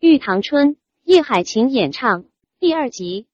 玉堂春》叶海芹演唱第2集。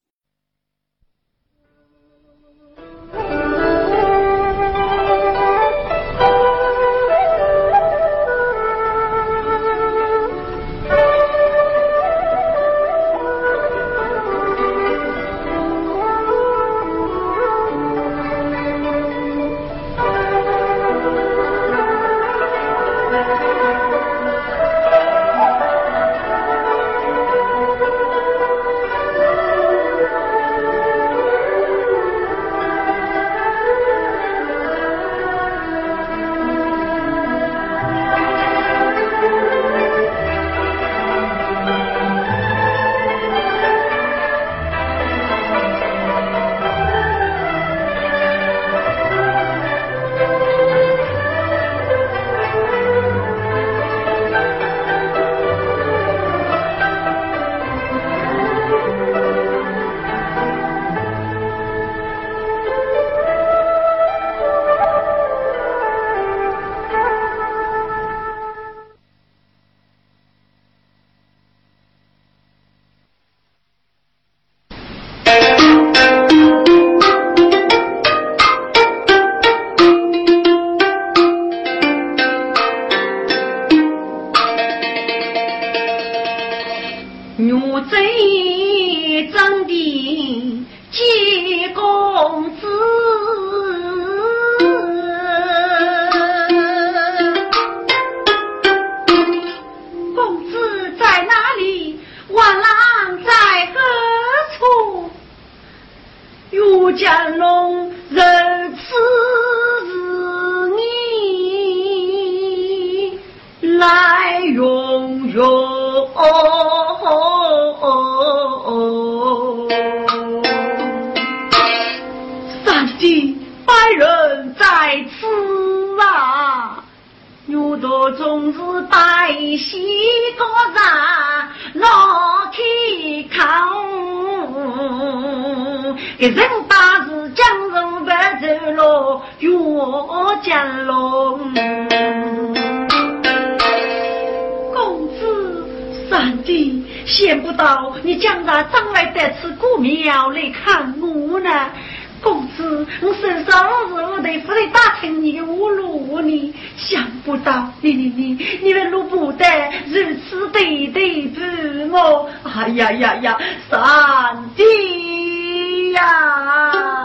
三弟呀，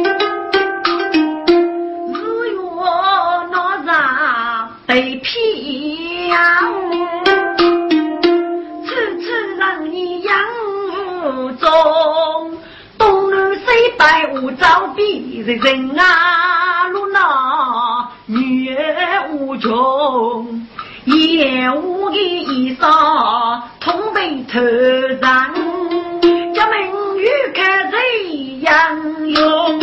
日月哪吒被骗，次次让你养无中，东南西北无招比，人啊路那女无穷，也无衣裳同被头上。名誉看这样用，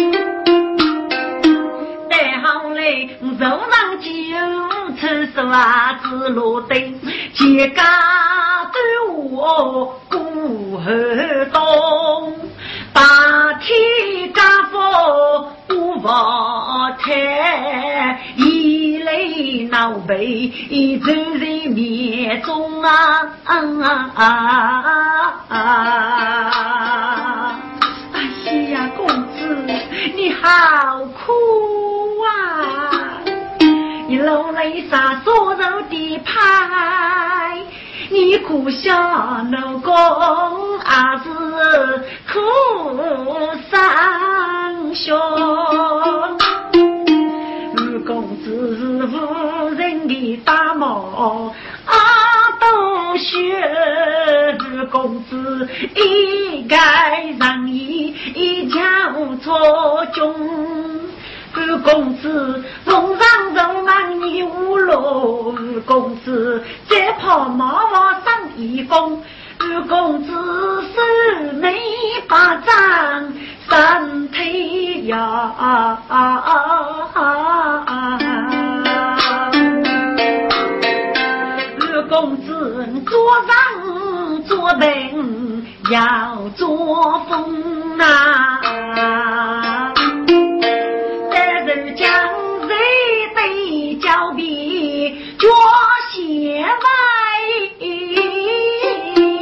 带好嘞，手上就吃啥子路灯，结家对我顾河东，大天家父不发财，一类闹背，走在面中哎呀，公子，你好苦啊！你流泪洒所有的牌，你苦笑能功还是苦三兄。公子是无人的大毛都学公子一概让一家错中，公子风上走满你无路，公子再跑马往上一风，公子是没把掌三腿呀公子坐上坐凳要作风在人将谁对交臂脚鞋歪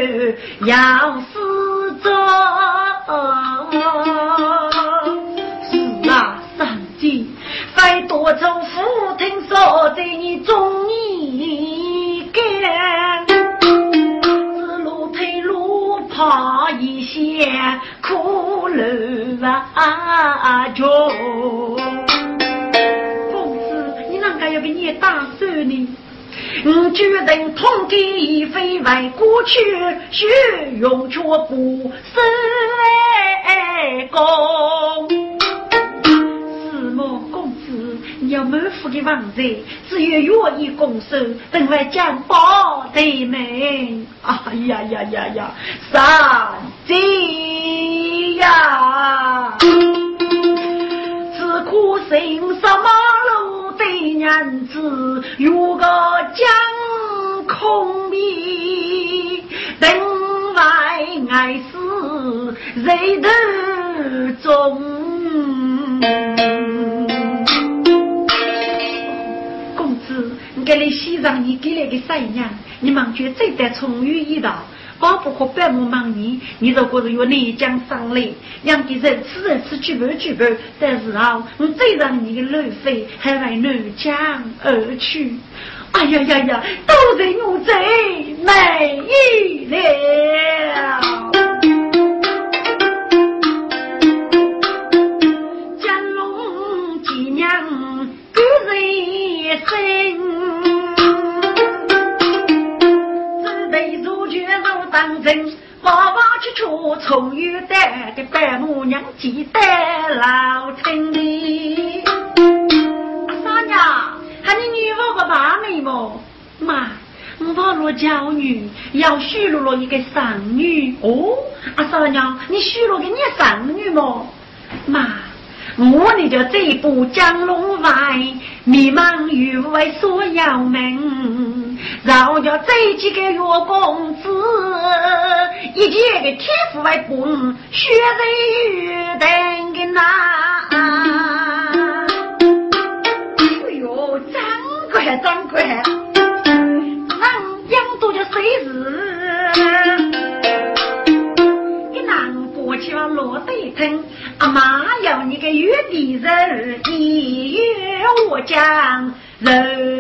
要死着。是啊，上帝，拜多从父听说在你中意干，自路退路跑一些苦乐啊就。公子，你啷个要给你打手呢？决定统计非为过去，血用却不是功。是么，公子，你要满腹的王者，只有愿意拱手，等来将宝对门。哎呀呀呀呀，三姐呀！只可惜什么路的娘子，有个将空迷，等外爱死谁的中。公子，你给你西藏你给了个三娘，你忙觉最得充裕一道。包不可百亩忙你如果是有内江上来，两个人吃举办，但是啊，我最让你的路费还为内江而去。哎呀呀呀，都是我最美意了。江龙几娘个人生。当真娃娃去出从玉带的白母娘记得老城里。阿三娘，喊你女儿个妈妹么？妈，我帮我教女要许了一个丧女。哦，阿三娘，你许了给你丧女么？妈，我呢就这一步江龙外，迷茫于为所要门，然后叫这几个月公子，一节个天赋为本，学人等个那。哎呦，掌柜，能养多就谁日？给男过去了落对疼。阿妈要你个月的人，一月我将人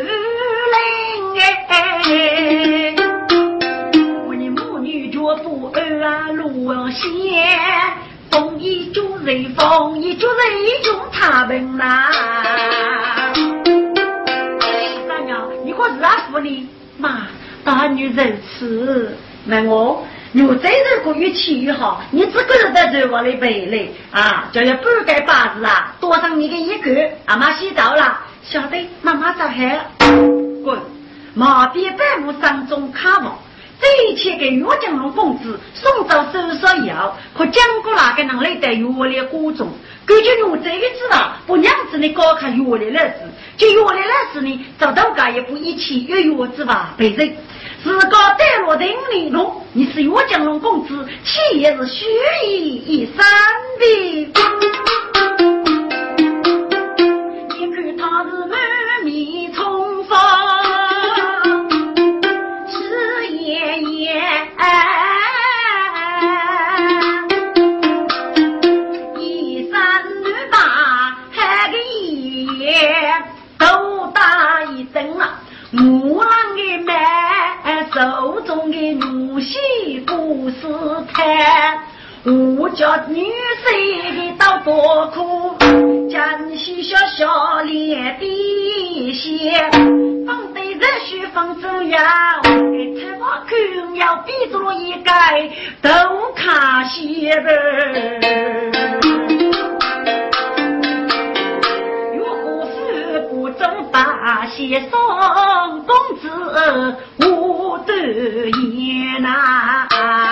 灵我的母女脚步啊路线，风一竹人用他们呐。三娘，你可是阿福呢？妈，大女人吃那我。有这人过于气于好，你只个人在这我的背嘞啊，就要不该把子啊，多上你个一个，阿妈洗澡了，晓得妈妈咋还滚，马鞭百亩山中卡毛，这一切给岳江龙公子送到手上药，可讲过哪个能来得岳的锅中，根据我这个知道，不娘子的高看岳的日子，就岳的日子呢，找到个也不一起月月之吧被人。自个带落人里龙，你是岳江龙公子，气也是虚一三的。你看他是满面冲锋，是爷爷一三女大，还个爷都大一等了，木兰的妹。手中的女婿不是看，我叫女婿的到多苦，江西小小脸的些，放得热血放走要，给他我看要逼着一盖都卡些人。把些送公子无得言呐，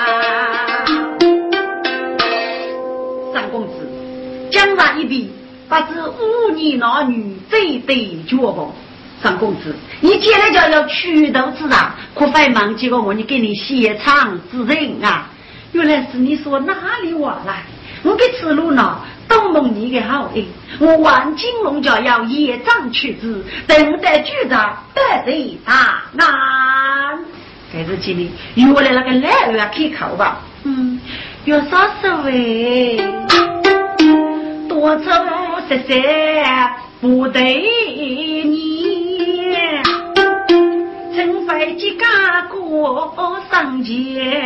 三公子将那一笔把这五年男女最对绝望。三公子，你接来就要取头之上，可phải忙几个我你给你写唱之人啊！原来是你说哪里话来？我给此路呢？都蒙你的好意，我万金龙就要业障去之，等待局长得罪大难。 在日记里有来那个来儿开口吧。有啥所谓？多愁色色不对你，尘飞几个过上街。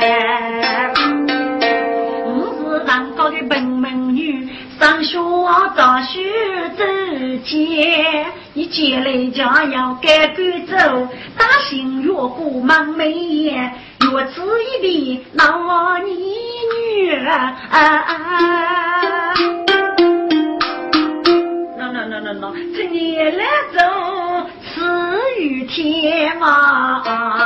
上高的本门女上学找学之间，你接来家要该赶走，大型越过忙眉眼，越吃一笔闹你女儿no，趁你来走此雨天嘛。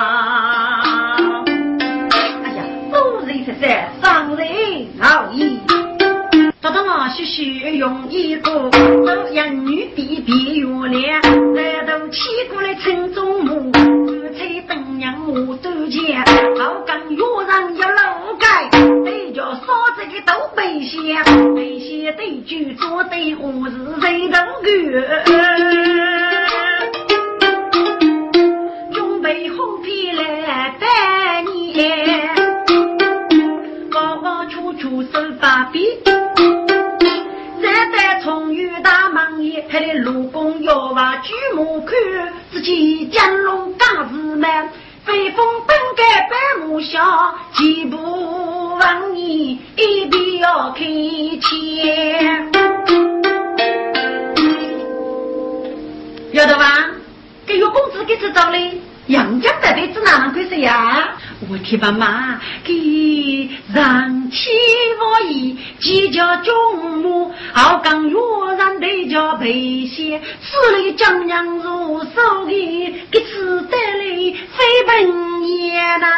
上人好意，找到我许许用一个都养女比比月亮，来都起过来称中母，吹灯娘母都见，好刚月上要楼盖，对着说这个都背下，背下对句做对我是谁能个准备红皮来拜年。出手把笔，再带从玉大忙也派的卢公要把举目看，自己江龙嘎子们，飞风本该百木下，几步往你一笔要开钱。有的吧？给有公子给这找嘞。杨家的对子哪能归谁呀？我替妈妈给让起我意，几家中母好刚若然对家陪些，此类江洋入手的，给此得来非本也呐。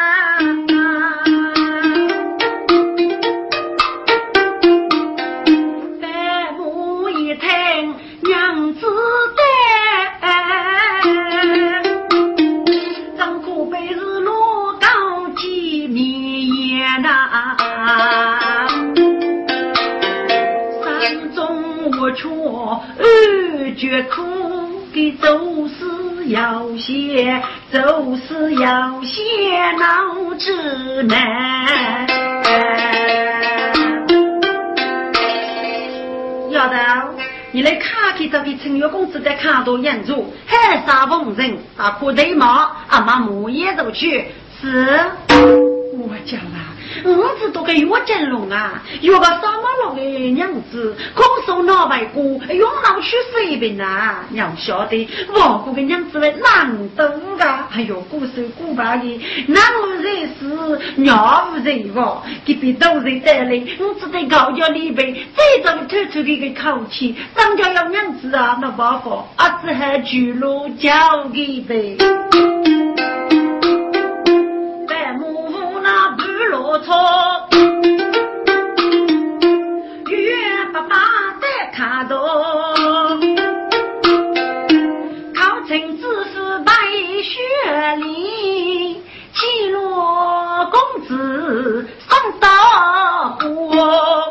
百母一听娘子的。山中我错绝苦的走是要些，走是要些脑子难。要的你来看看这个陈月公子在看到演出还杀疯人啊，哭对毛阿妈母也走去是我讲啊，儿子都给我整容啊，有个啥么老的娘子空手拿白骨用脑去水平啊，娘晓得我这个娘子为难得啊，还有故事古巴的男人是娘人哦，给别都人带来我只得高叫里边这种突出的一个口气，当家要娘子啊那办法啊只还举路交给呗落错月爸爸在看到考成知识白雪里七落公子上到火。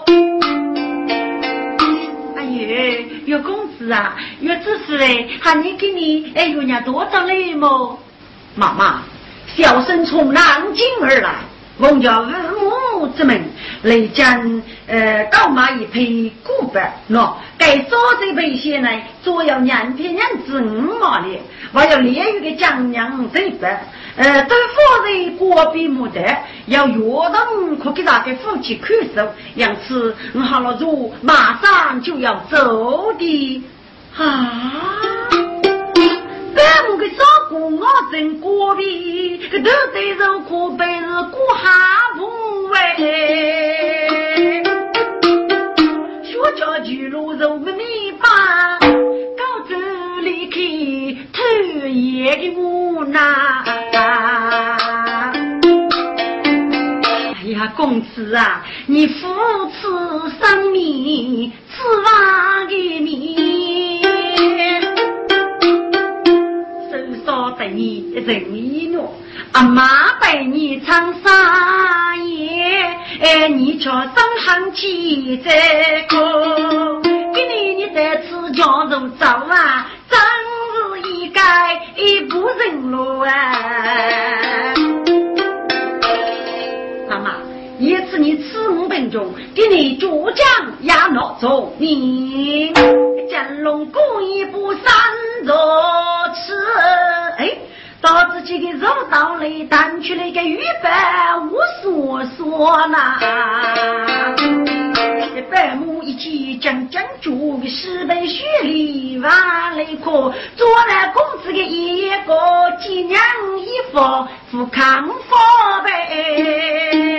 哎呦有公子啊有知识嘞，喊你给你哎有人多少嘞么？妈妈小生从南京而来，我叫母之门来将高马一匹古板喏，该做这杯些呢，主要两片两子五毛的，我要烈于的江娘这边对夫人国比木的，要约人可给他给夫妻看守，因此我好了主马上就要走的啊。百亩个烧锅我真锅比个都得肉锅背是锅哈不喂说叫巨鹿肉没米饭高子里去偷野的无奈。哎呀公子啊，你扶持生命吃完的米少带你人一诺，阿妈带你唱沙耶，你却上行起这个，给你在此家中走啊，真是一改一不人路啊。 中，给你主将也拿走你。乾隆故意不三着吃，哎，到自己的肉道里弹出了一个预备无所说呐。百亩一起将主的十倍血里完了一颗，做了公子的一个纪念衣服富康佛呗。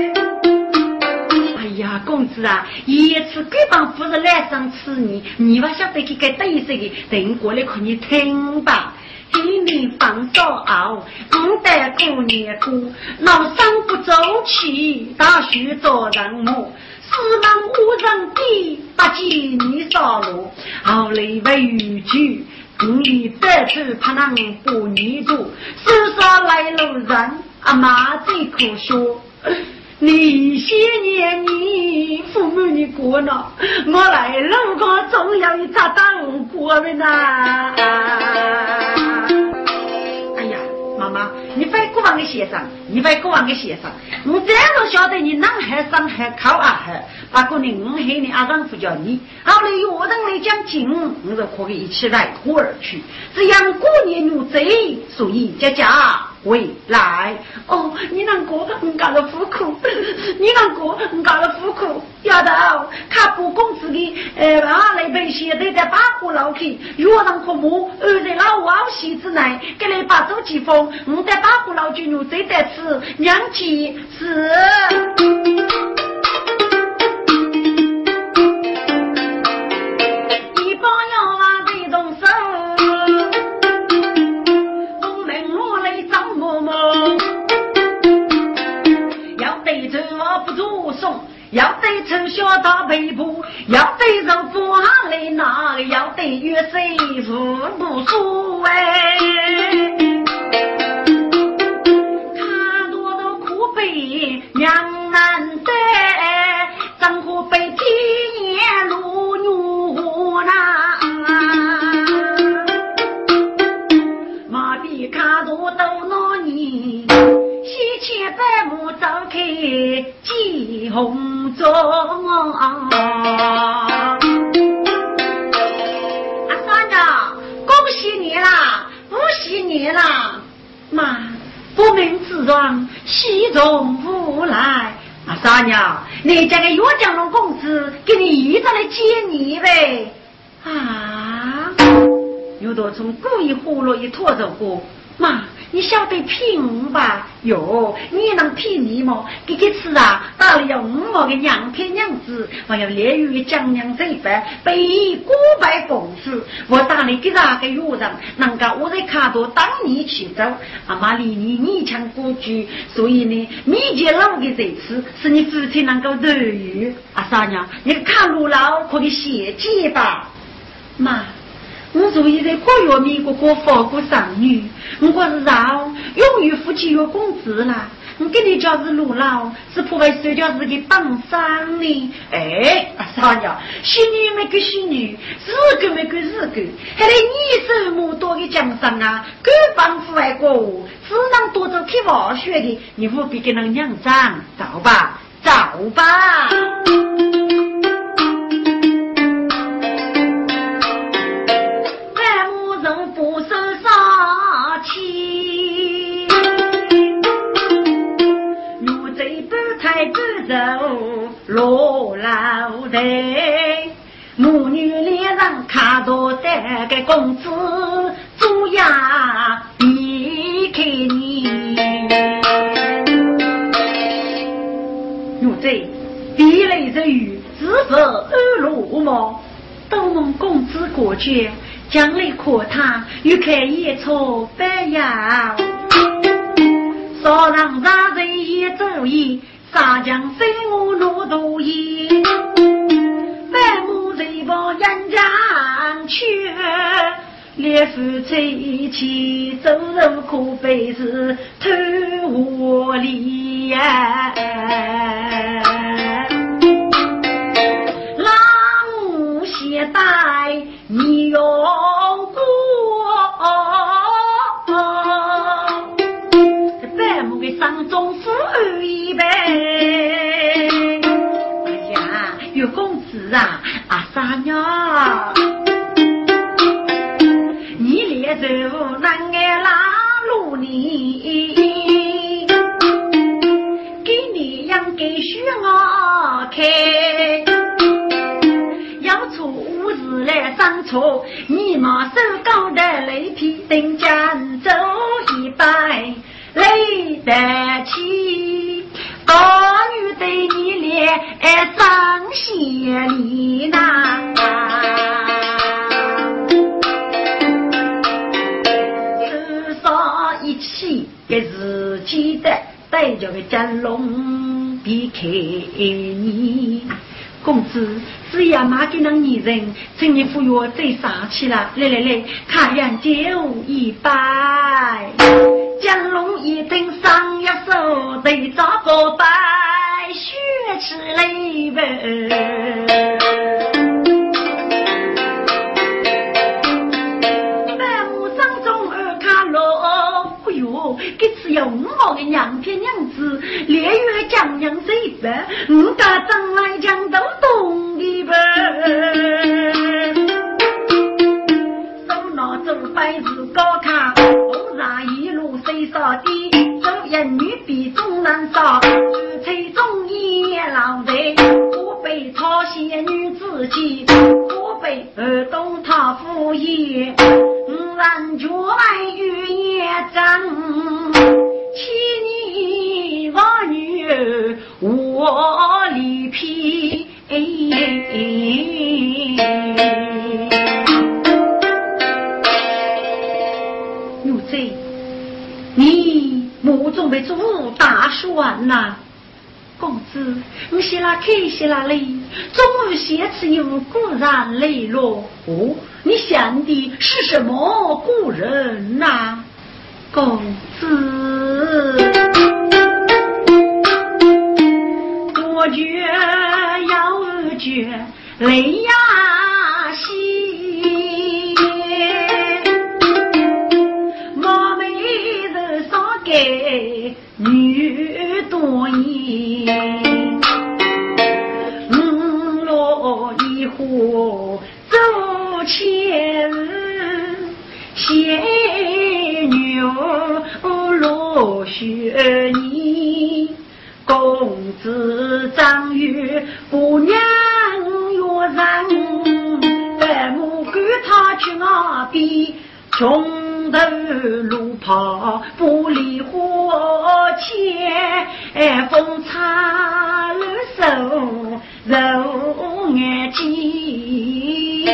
哎呀，公子啊，一次给帮夫人来上吃你还晓得给个对色的，等过来可你听吧。给你放手熬，带过年过，老三不走起，大学做人母。四万无人地，把几你烧炉，后来为语句，你得知怕能不你度，世上来路人，阿妈最可说。你些年你父母你过了，我来路过总要一他当过的呐。哎呀，妈妈，你快过往的先生，你快过往的先生，我这样都晓得你南海上海靠阿海，把过年我黑你阿丈夫叫你，后来有人来讲情，我就可以一起来过而去，这样过年有贼，所以家回来哦，你难过，你搞了苦苦，你难过，你搞了苦苦，要到看不公子的阿来被写的在八股老去，若让父母在老王喜之内，给你把走几封，我在八股老君有贼在此，娘妻是。要对陈小大背部，要对肉不来拿，要对月谁父不输哎。看多的苦悲娘难得，丈夫被天爷路怒呐。马比看多都拿你，西前百亩走开几红中阿三呀，恭喜你啦，恭喜你啦！妈，不明自壮，喜中无来。阿三呀，你这个岳江龙公子给你一着来接你呗？啊，有多从故意葫芦一拖走过，妈。你晓得骗吧？哟，你能骗你吗？这个吃啊，到了要5毛的娘骗娘子，我要烈于将娘这番，被古白公主，我打你给哪个有人能够我在卡多当你去走，阿妈离你强过去，所以呢，你接老的这次是你夫妻能够得遇。阿三娘，你看路老可以写记吧，妈。我所以在国药民国法国上女，我是饶用于夫妻有工资啦。我跟你讲是路老，是破坏睡觉是给帮上呢。哎，啥呀？新女没个新女，日个没个日个，还得你手么多的奖赏啊！各帮父爱过我，只能多走去滑雪的，你不必给人娘长，走吧，走吧。罗老的母女脸上看到的个公子主呀离开你如这地雷之语是否二路吗？都蒙公子过去将来可他又可以错白呀少让大人也注意大将飞我路途一百亩这帮人家去烈妇吹起走肉可悲是偷我里呀拉木携带你有过这百亩的上中妇儿一辈啊傻娘，你连走难挨拉路你，给你养给许我开，要出五日来上车，你马手高的雷劈登江走一百累得起，高女对你脸上血里呐，至少一起给自己的带着个真龙避开你。公子只要马给那女人请你服药再杀起来，来看人酒一杯，江龙一听上一手得找个白血吃泪呗，百亩上中二卡罗，哎呦这次有我的娘片娘子连月将娘谁呗，大张来讲都懂的呗，手拿走白子高卡红纱一路谁扫地，走人女比中难扫，只吹中夜老贼，不被抄写女自己，不被儿童他父业，让脚来与业长，妻你我女儿我里皮，奴贼，你目中为主打算呐？公子，你写了看写了累，终于写词有固然累落。哦，你想的是什么故人呐？公子，我觉要觉泪呀稀，我没得少给女多疑，落一壶走前写牛落雪泥，公子张玉不娘若然，百母给他去那边，穷头路跑不离火切，风擦了手揉眼睛，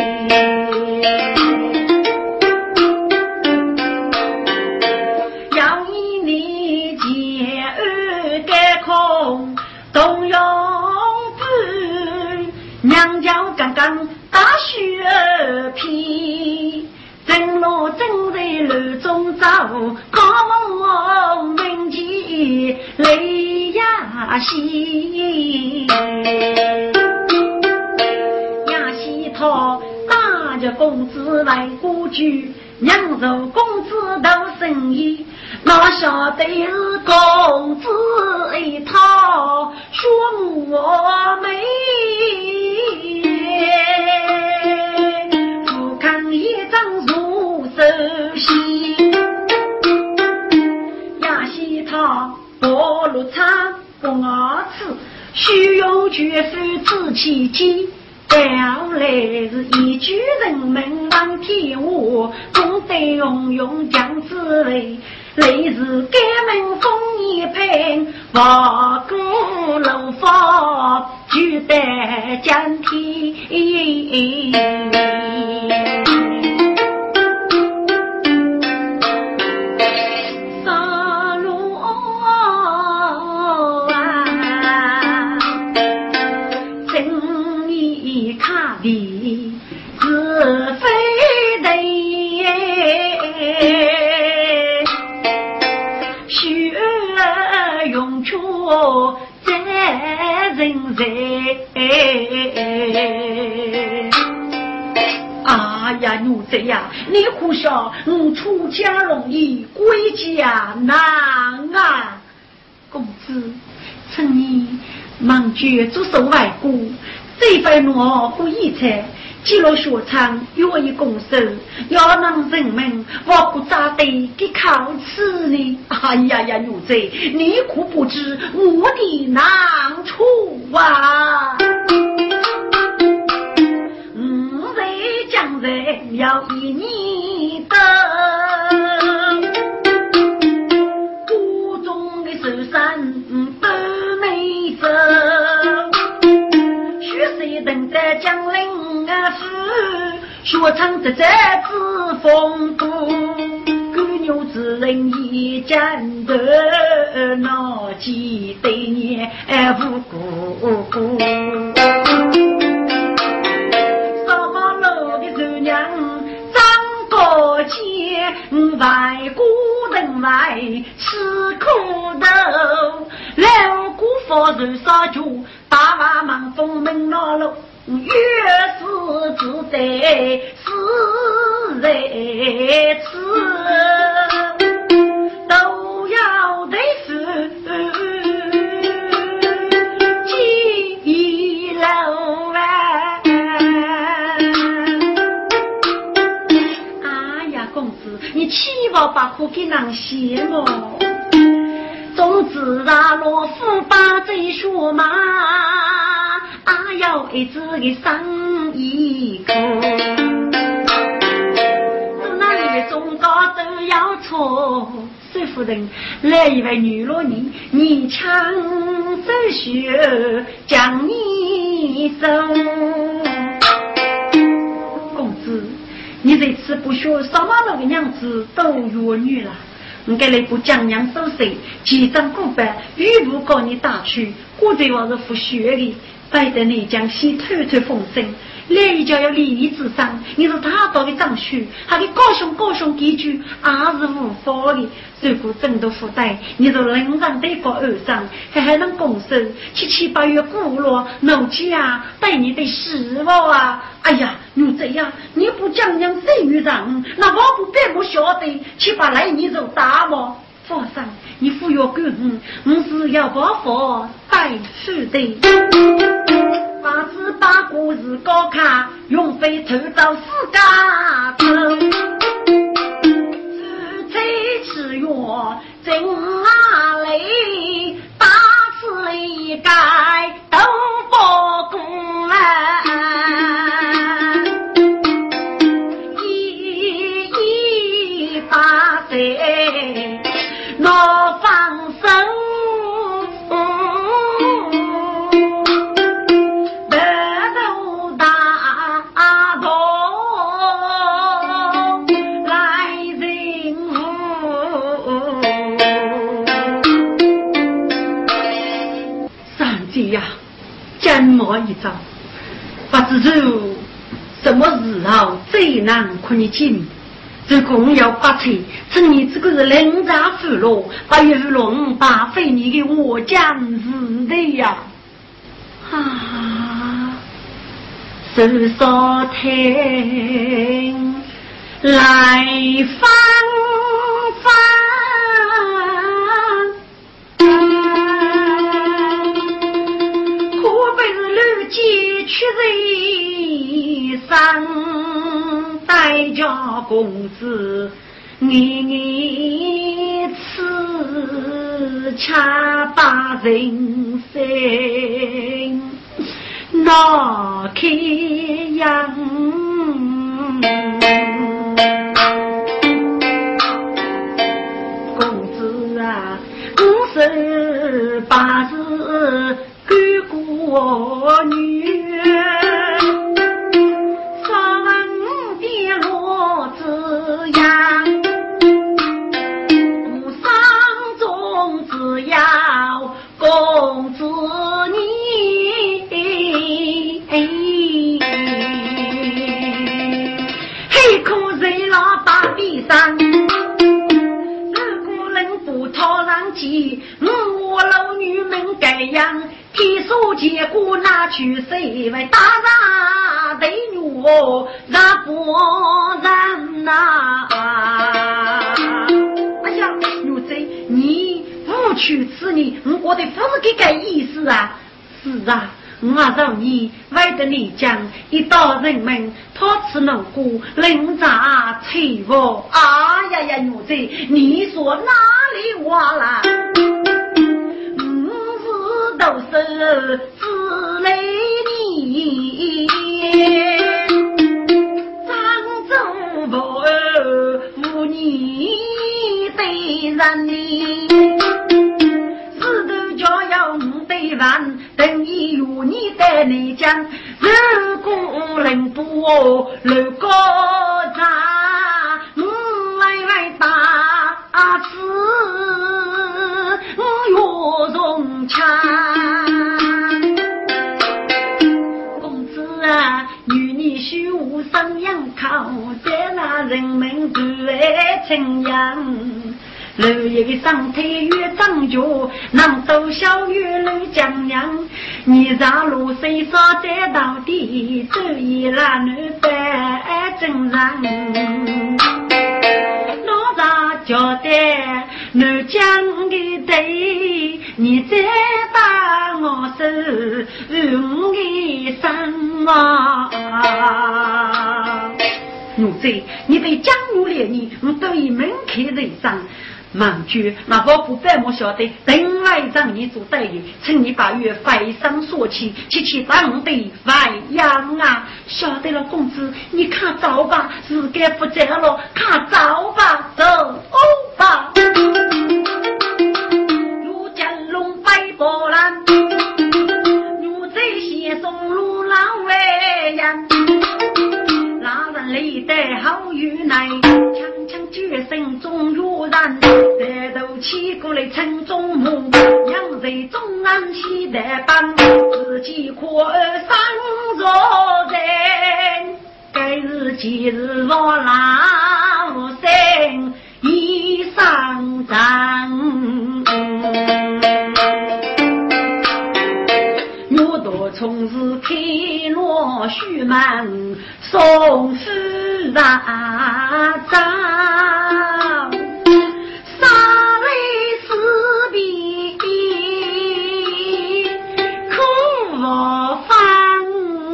要一你解二改空动用不娘家刚刚打雪皮，正路正在路中走，高门前泪呀稀，呀稀他打着公子来过去，娘走公子都生意，哪晓得是公子一套说我没不看一张如手心，呀西他薄如茶不牙齿，虚有绝非自欺欺，到来是一句人们当天我总得用用将之类，类似该门风一片瓦鼓楼发就得将天啊呀，奴才呀，你胡说！出家容易归家难啊！公子，趁你忙绝做手外顾， 这份我不易才记录学唱有一公手，要让人们我不扎堆给考试呢。哎呀呀，女子，你可不知我的难处啊！在江人要一年的，谷中的手山都没走，许谁等待江陵。学唱的这次风度，狗牛之人一战斗，闹几对年无辜。扫马路的姑娘张过街，外国人来吃苦头，老姑佛人杀猪，大娃忙风门闹路。越是自得是人吃，都要得是记牢啊！哎呀，公子，你七宝把苦给囊写么？总之啊，罗夫把这说嘛。要一直给上一个，那里中高都要错。师傅人来一位女罗你唱首学将你走。公子，你这次不学什么那个样子都弱女了。我给你不讲娘收拾，几张古板，语不告你打去，我这我是不学的。摆得你将西偷偷风声，来一脚要利益之上，你是他到的长婿，还得高雄几句，还是无法的。如果真的负担，你就人上得过二上，还能拱手7、8月过了，奴家对你的失望啊！哎呀，你这样你不讲讲谁女人，那我不别不晓得7、8来你就打我。佛上，你不要管我是要把佛带去的。把子把故事高看，用非偷到四家头。自吹吃药真啊累，打死一盖都不公啊！一把岁。我放手，白头大头来人上级呀，奸魔一招，不知道什么时候最难可你进。如果我要发财，趁你这个是人渣俘虏，把鱼龙把非你给我讲是的呀！啊，手上听来翻翻，可被是绿鸡去人上。代家公子，你此恰把人生那开样。公子啊，我是把是给过女。公子你，黑苦人老把地上，如果人不讨上去，我老女们该样，提出结果拿去谁为打杀对女那不然呐？哎呀，女子你。不去吃你，我的不是这个意思啊！是啊， 我让你为的你讲一道人们托此能过人渣欺负呀呀女子你说哪里话啦都是自累你张州伯妇你对人你是的就要对完等于有你的你讲如果人不如果他来打死我容强公子啊与你虚无上阳靠在那人们对情阳楼一上腿越长脚能斗小越楼江阳你让路谁说得到底这一拉女白真人我咋觉得你讲的对你再把我手用的什么奴才你对江奴烈你我对门开人上忙句那我不白我晓得等来让你做代理请你把月费上说起七当的外样啊晓得了公子你看早吧是该不在了看早吧走吧如见龙白波澜如这些松露老为人拉人里的好运来强强决心中如然这都起过来城中母养在中安西的班自己可上若人该日今日我老生一上涨我多从日开落须满送诗啊张杀泪死笔苦我翻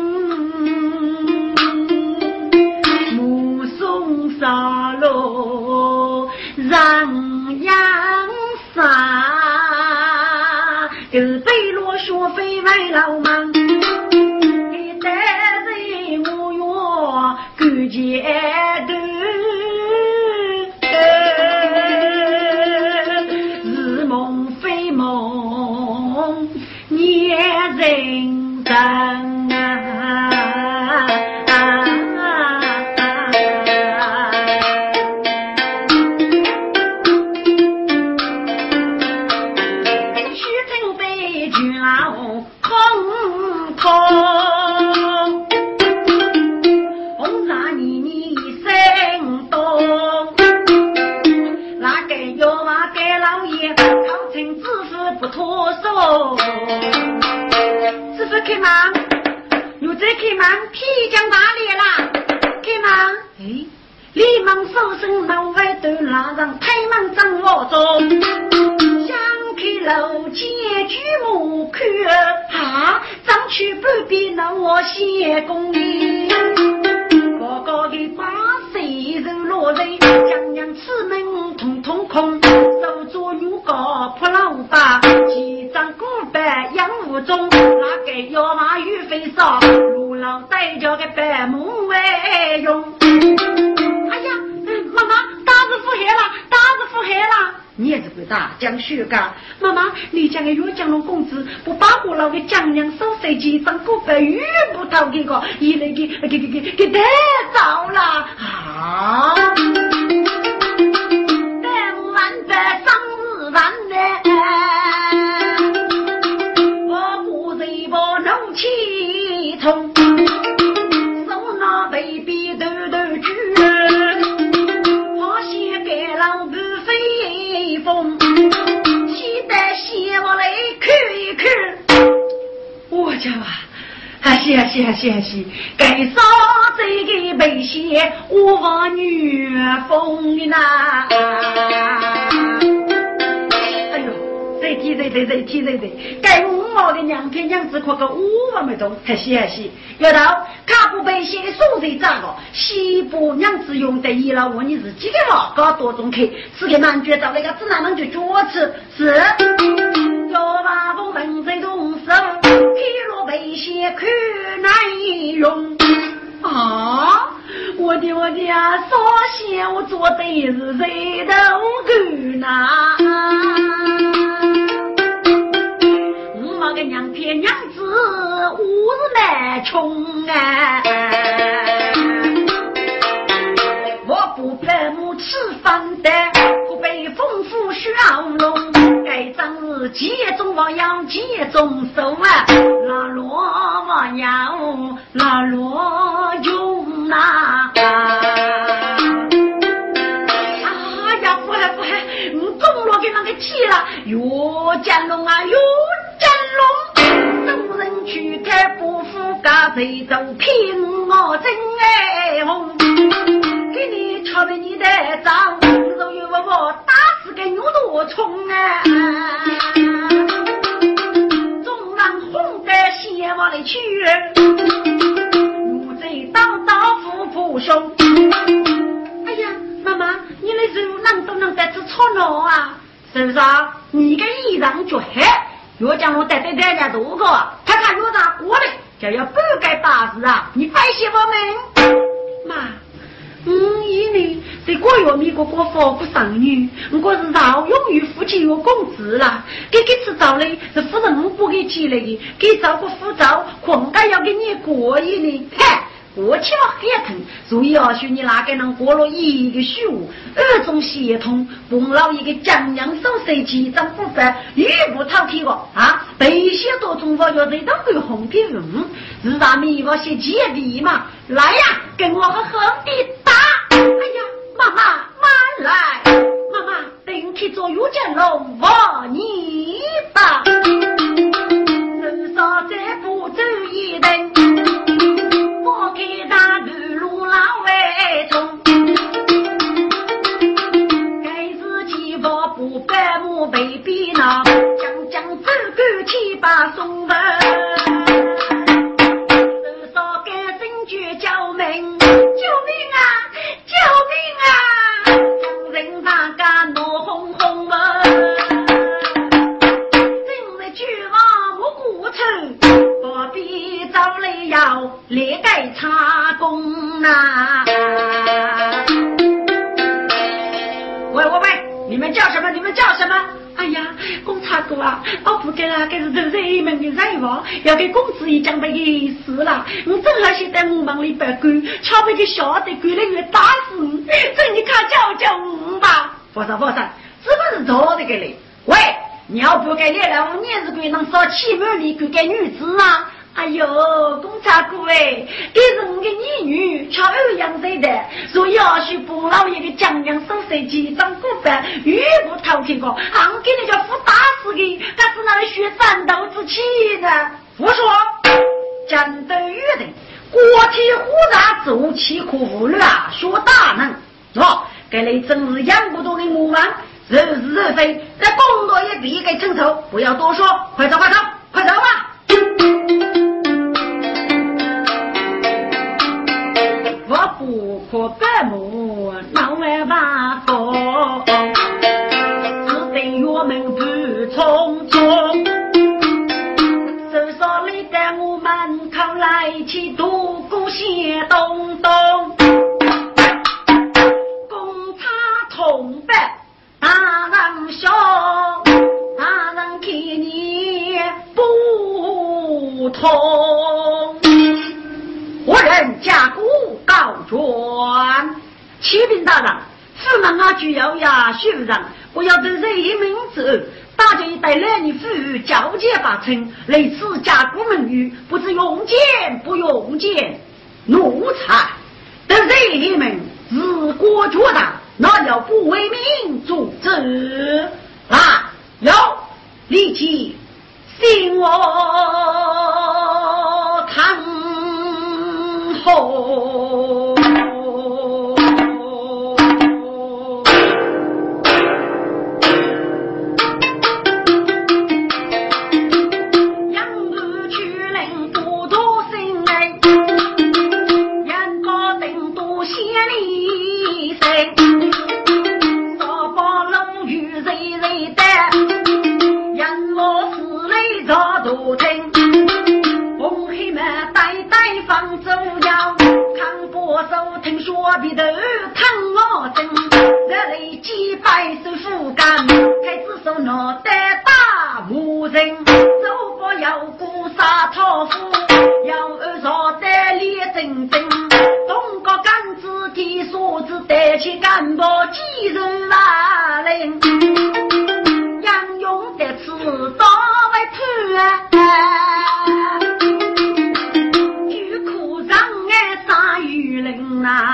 目送杀落让阳杀被落说非为老忙给带人无药拒绝的日梦非梦捏人真开忙有这开忙皮将打猎啦开忙立忙手身脑外头拉上太忙掌握中想开楼结局目看张去不必那我写功力高高的把谁人落人将将此门通通空手做牛角扑老把几张古板养无中那个要马与飞少路老带着个白木为用哎呀妈妈大子腹黑了你也是不大讲学噶妈妈你讲个越讲龙公子不把我老给讲娘手设计张古板遇不到这个一类给带走了气痛手拿被逼兜举我写给老不飞风期待写我来看一看我家是该说这个被写我女风的呐哎呦这题该我我的娘片娘子可个5万没动，还是要到卡不被写数字账个西部娘子用的医了，我你自己的话搞多种客，是给满绝到那个指南门就脚吃是。要把我们这动手，披罗被写可难用啊！我的啊，所幸我做的是谁的狗呐？我个娘片娘子，我是蛮穷啊！我不白母吃饭的，不被丰富需要弄。该张日节中王阳节中手啊，那罗王阳那罗用啊！呀，不还，中了给那个气了，哟江龙啊，哟江龙，众人去看不服噶谁都凭我真爱红，给你瞧着你的账，肉有我打死个牛多虫啊！纵然红的斜往里去，如贼刀刀斧凶。哎呀，妈妈，你的肉能都能得吃错了啊？是不是啊？你个衣裳就黑，若将我带人家多个，看看若咋过来，就要不该打死啊！你快些我们，妈。因为这个月美国国佛不上女，我是饶用于夫妻有工资啦。给吃早嘞，是夫人不给积累的，给照顾夫照，应该要给你过一呢。嘿，我起了黑疼，所以要许你哪个能过了一个虚无，2种协同，帮老一个江洋手设计张不凡，语不讨体个啊！被些多中国要这当个红皮人，是咱们一个些姐弟嘛，来呀，跟我和红弟打！哎呀，妈妈，慢来，妈妈，等去做有件龙我你吧，人少这不走一等。我给他绿路老外冲，该是欺负不白目被逼闹，将自个七八送的，至少该真觉救命，救命啊，救命啊！将人那个怒哄哄啊，今日去往我古城，何必找来要列盖插工啊！喂，你们叫什么？哎呀，公差哥啊，我不给了，给是人们的财王，要给公子一讲被给死了。我正好现在我忙里白干，瞧被个小的鬼人给打死你，这你看叫我吧。佛山，是不是错的给你？喂，你要不给你了，我年是鬼能少欺负你给女子啊？哎呦，公差哥哎，这是我的女瞧2样子的，所以要去帮老爷的江洋手设计张古板，语不讨听过，俺给你叫夫打死的，他是那里学战斗之气的。我说，战斗约定，国体虎大，走起苦无虑啊，学大能。哦，给你真是养不动的母王，日是日非，在工作也必给承受，不要多说，快走吧！我不可白目，闹外把风，只得我们不匆匆。至少你在我门口来起独孤些东东，公差同伴大人兄，大人看你不同。我人家古告状，启禀大人，府门啊具有呀学人，我要对人民子，大家一代来你赋予交接把称，类似家国门语，不知用剑不用剑，奴才的人民自国做大，那要不为民主之啊，要立即信我看后。杨白手扶干，开始手拿带打无人，走过要过沙头夫，要二少带力整整，东个杆子的锁子带起干部几人马人，杨勇的刺刀为破啊，巨苦让爱杀鱼人啊，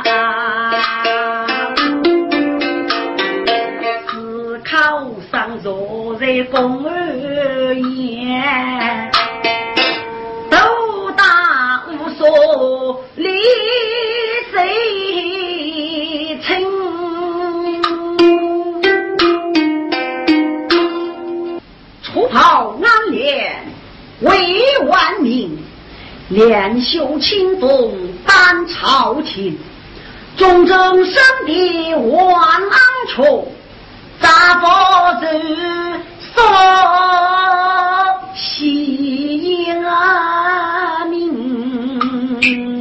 思考上坐在公儿言，斗大无所理谁清。出跑安脸为万民，连袖清风担朝廷，忠正生的万安处，杂佛子所喜阿明。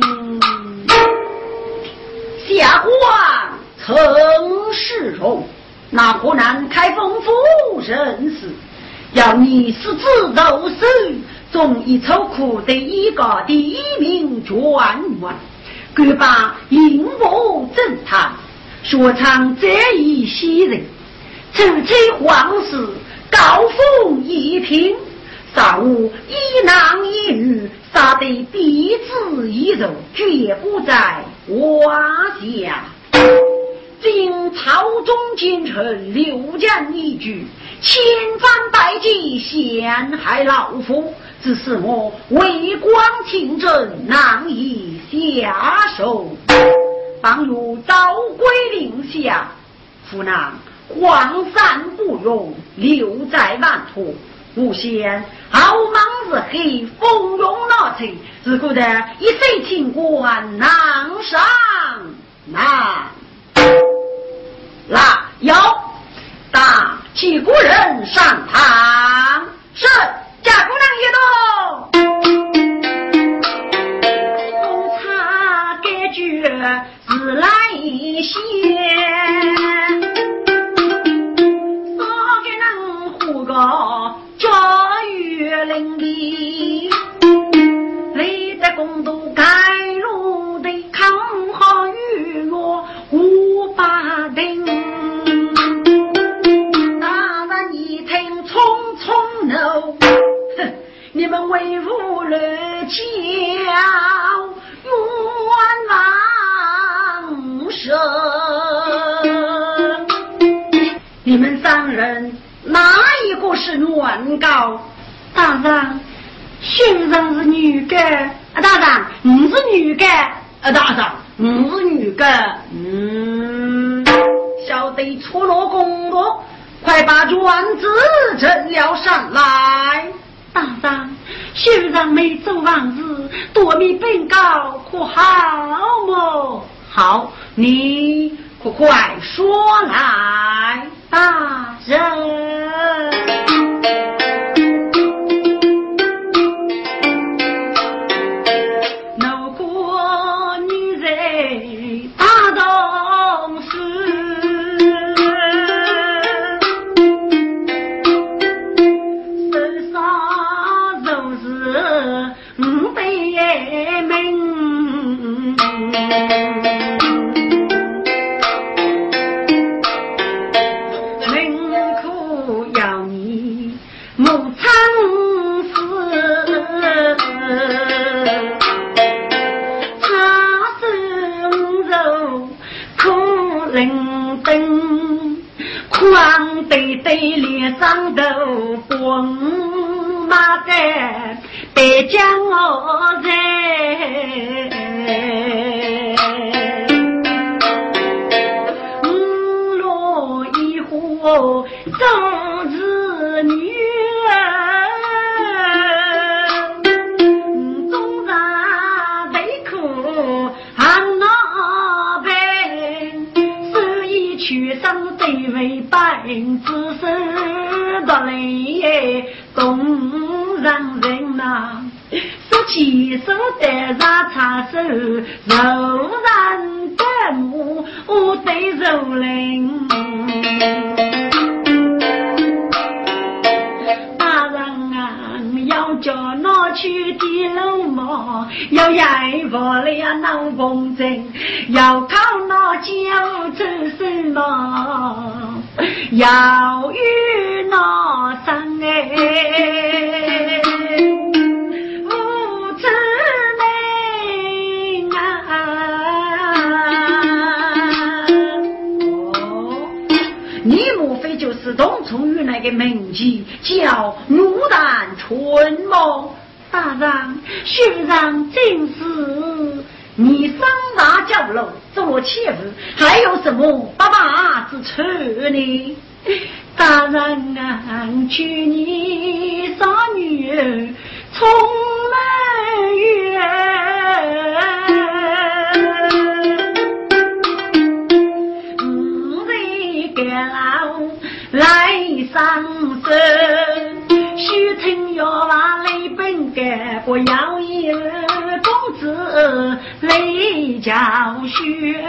下官曾世荣，那湖南开封府人士，要你是自斗手，总一抽苦的一个第一名转弯，各把引我正堂，说唱这一些人，成其皇室高峰一品，杀无一男一女，杀得彼此一柔，绝不在话下。今朝中奸臣刘将一举，千方百计陷害老夫，只是我为官清正，难以下手。当如早归令下，夫难荒山不容，留在万途。吾先傲慢日黑，风涌闹情，只顾得一岁清官难上难。拉腰打起古人上堂，是贾姑娘一动，公差该句自来先，少给人护个教育伶俐，累得公都该路的抗好雨落无法定，大人一听匆匆怒，哼，你们为父了教冤枉神，你们三人哪一个是原告？大人，先生是女的。大人，你是女的。大人，你是女的。小弟出了公路，快把卷子呈了上来。大人，先生没做完事，夺命本告，可好么？好，你快快说来。大人，如果你在大东市，手上就是五百名，光对对脸上都光马的别将我人落一壶总是女儿总然悲苦喊那边是一曲上对为百自身的泪总让人呐说起手的ราชา手柔然的目对柔灵要严佛了呀闹公正，要靠那教出什么，要与那生哎。就是东从于那个名字叫牡丹春梦，大人学长正是你上大角楼做妾妇，还有什么爸爸之处呢？大人啊，去你傻女儿从来来上身，须听要把雷本改不要一公子雷教学，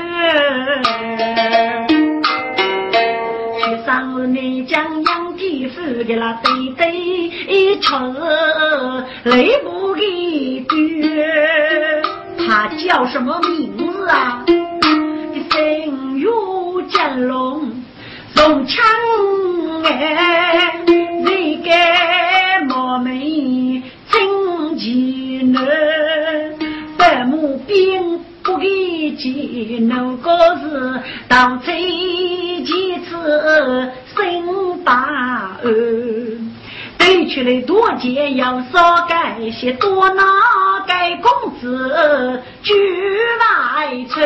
去上你将杨体夫给他对对一扯雷不给丢，他叫什么名字啊？生如剑龙龙枪哎，这个莫没真技能，百目兵不给技能，个是当这几次生大恩，对去了多节要少改些，多拿改公子举外城。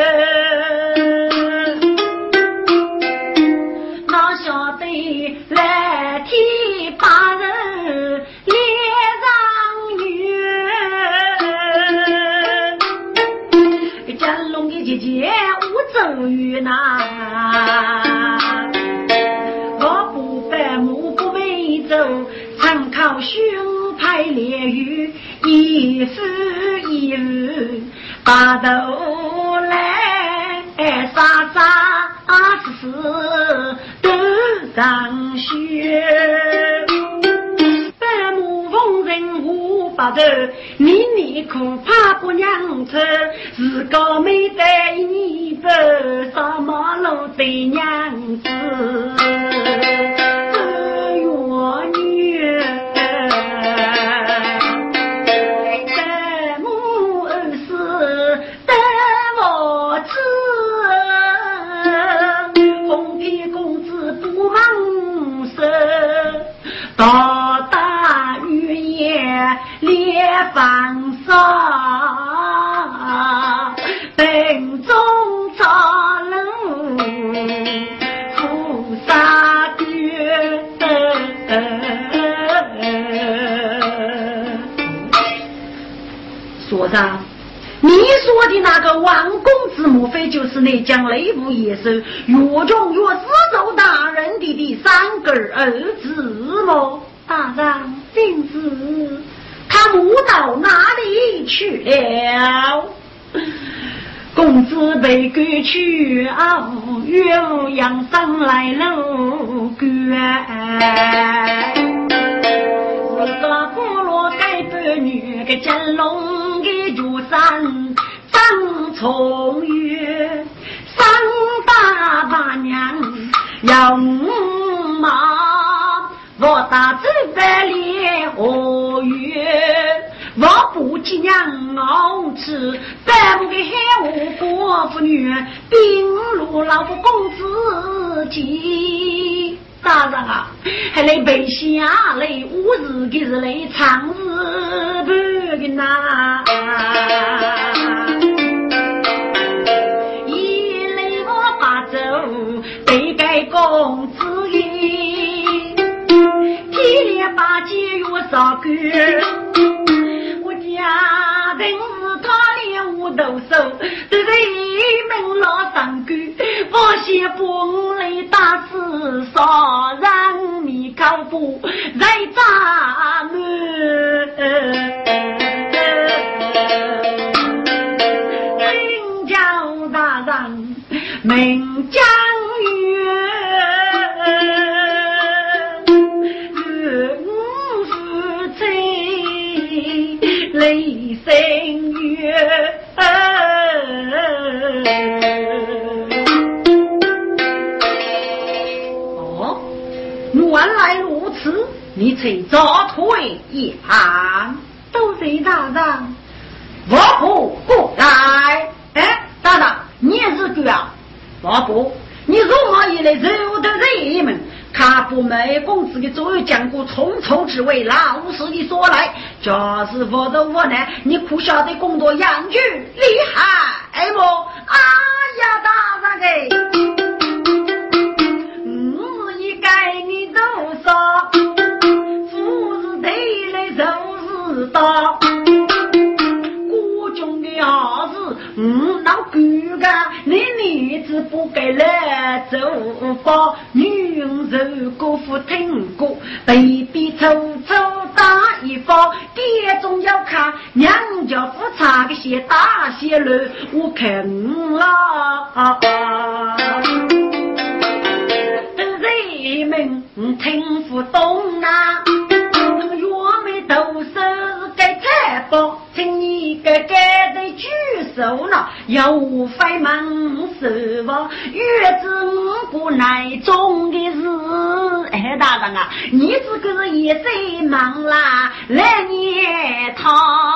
哪晓得来替把人列上女，江龙的姐姐无走于那，我不白目不为走，参考胸派烈雨，一夫一日把头来杀杀死都上学，百目逢人无把头，你恐怕不娘子，自个没得一个什么路的娘子，我女百目恩师得我知。大大雨夜烈放沙，本中茶楼菩萨月。所长，你说的那个王公子，莫非就是那将雷部野兽越中越四周大人的第三个儿子吗？大人，正是，他母到哪里去了？公子被赶去啊，鸳鸯上来喽，这个部落该半女个真龙的主山张从月，三大把娘要马，我打这百里何月，我不及娘熬吃，百不给黑无国妇女，并入老夫公子己。大人啊，还来背下来五日的日来长日不给拿，一来我把走得该公子意，体力把节约少个，我家人是他连无头手，对对门老上个，我先不来打死少让你靠谱在咱们真叫大人名将月父亲雷声雨哦，原来如此，你才早退一盘。都是大人，我不过来。哎，大人，你也是个啊？我不，你如何以来肉的人们？卡不美公子的左右讲过重筹之位，老实的说来，就是我的我呢，你苦晓得工作严峻厉害不？哎呀，大人给，一概你都说，富是对来就是到。要是老狗个，你子不该来走吧？女人如果不听过，被逼抽抽打一包，爹总要看娘家不差个些大些了，我看了。人们听不懂啊，我们都是该财宝。请你个的举手了，要无非忙死我，月子不耐中的事。哎，大人啊，你这个也最忙啦，来年他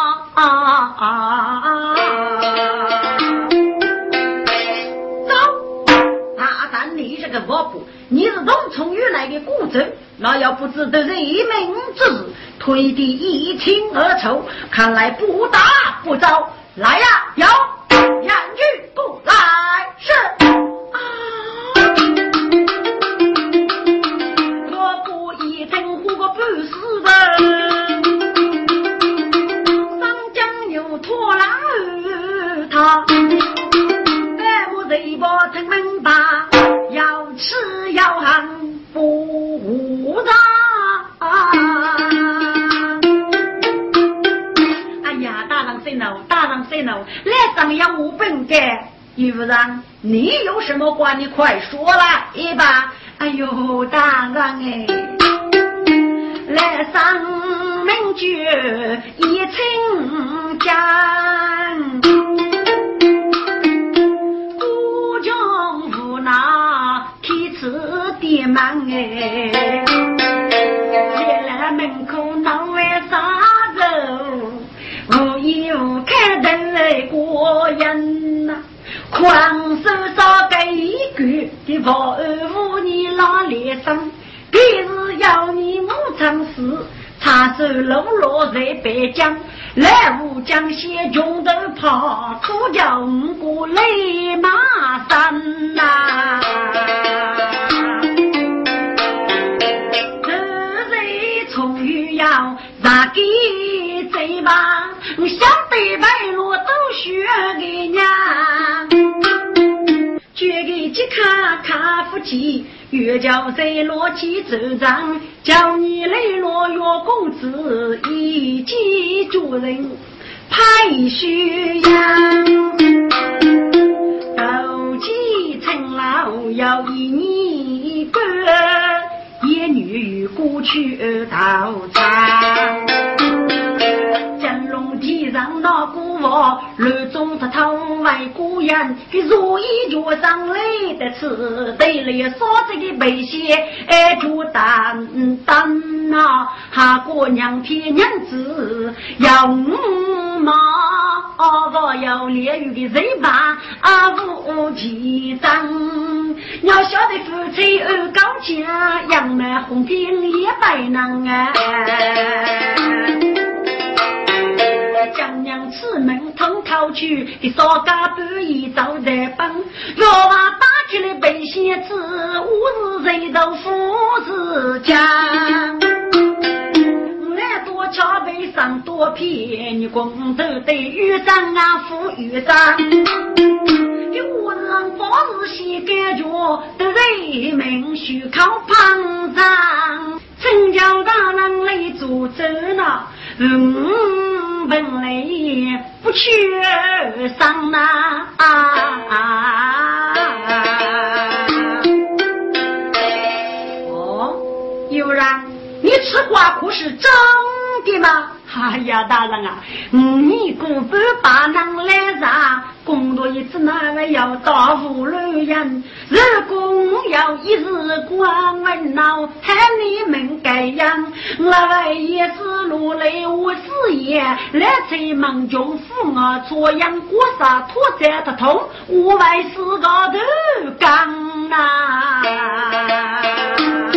走。大人，你这个我不，你是东从原来的故州，那要不知得人民之事。推地一清二楚，看来不打不招。来呀，有言语不来是我不一听胡个不是的，上将有拖拉他，我这一波成门吧，要吃要喊不打。大人谁呢？来上要无本该，于夫人，你有什么话你快说来吧。哎呦，大人哎，来上名爵一清讲，孤中无那提词的忙哎，来门口闹为啥走？无意无看灯来过人呐，狂手烧给一句的话无你老脸上，必是要你无常事，插手喽啰在北疆，来无将些穷的跑，出叫五谷雷马山呐。这人从于要咋给贼吧？想对白路都学给娘，绝给吉卡夫妻，越叫贼落起走账，叫你雷落月公子，一击主人派需要，斗鸡成老要一你个，野女孤去道场。地上那古我路中他头外孤人，给如意脚上来的吃，对了说这个背些就担啊，哈姑娘骗娘子要妈我要烈雨的人吧无几张，要晓得夫妻二高家，杨满红苹也白能啊。将娘出门通逃去，给少家半夜早在帮，若话打起来背些字，无日谁都富士家。来多桥背上多骗你公头对玉章啊富玉章，给我让法日西感觉的人民需靠旁上，陈教大人来主责呢。本来不去上哪哦，有人你吃瓜苦是真的吗？哎呀，大人啊，你过半把能来上，工作一直那个要到妇女人，如果要一日光问闹，看你们该样，我也是落泪无事业，来催忙中父我做样过啥拖在的痛，我为是个头刚啊。